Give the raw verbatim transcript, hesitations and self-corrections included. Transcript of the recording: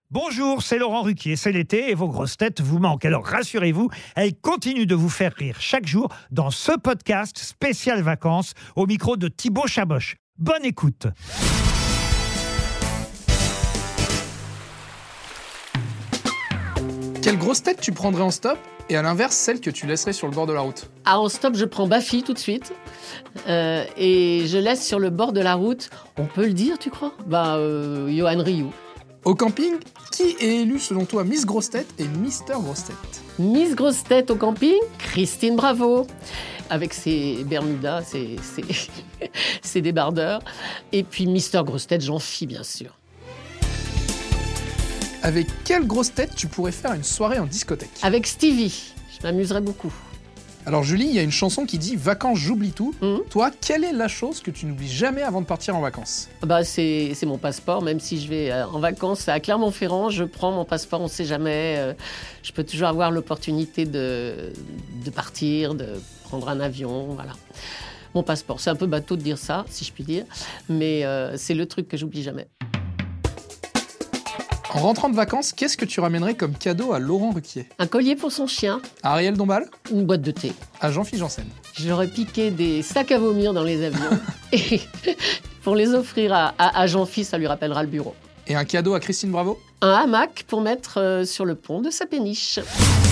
Bonjour, c'est Laurent Ruquier, c'est l'été et vos grosses têtes vous manquent. Alors rassurez-vous, elles continuent de vous faire rire chaque jour dans ce podcast spécial vacances au micro de Thibaut Chaboch. Bonne écoute. Quelle grosse tête tu prendrais en stop et à l'inverse celle que tu laisserais sur le bord de la route? Ah, en stop, je prends Baffy tout de suite euh, et je laisse sur le bord de la route, on peut le dire, tu crois? Bah, euh, Yoann Ryu. Au camping, qui est élu selon toi Miss Grosse Tête et Mister Grosse Tête? Miss Grosse Tête au camping, Christine Bravo, avec ses bermudas, ses, ses, ses débardeurs. Et puis Mister Grosse Tête, Jean-Phi, bien sûr. Avec quelle grosse tête tu pourrais faire une soirée en discothèque? Avec Stevie, je m'amuserais beaucoup. Alors Julie, il y a une chanson qui dit « Vacances, j'oublie tout Mmh. ». Toi, quelle est la chose que tu n'oublies jamais avant de partir en vacances? Bah, c'est, c'est mon passeport, même si je vais euh, en vacances à Clermont-Ferrand, je prends mon passeport, on ne sait jamais. Euh, je peux toujours avoir l'opportunité de, de partir, de prendre un avion, voilà. Mon passeport, c'est un peu bateau de dire ça, si je puis dire, mais euh, c'est le truc que j'oublie jamais. En rentrant de vacances, qu'est-ce que tu ramènerais comme cadeau à Laurent Ruquier? Un collier pour son chien, À Ariel Dombal? une boîte de thé. À Jean-Philippe Janssen? J'aurais piqué des sacs à vomir dans les avions et pour les offrir à, à, à Jean-Philippe, ça lui rappellera le bureau. Et un cadeau à Christine Bravo? Un hamac pour mettre euh, sur le pont de sa péniche.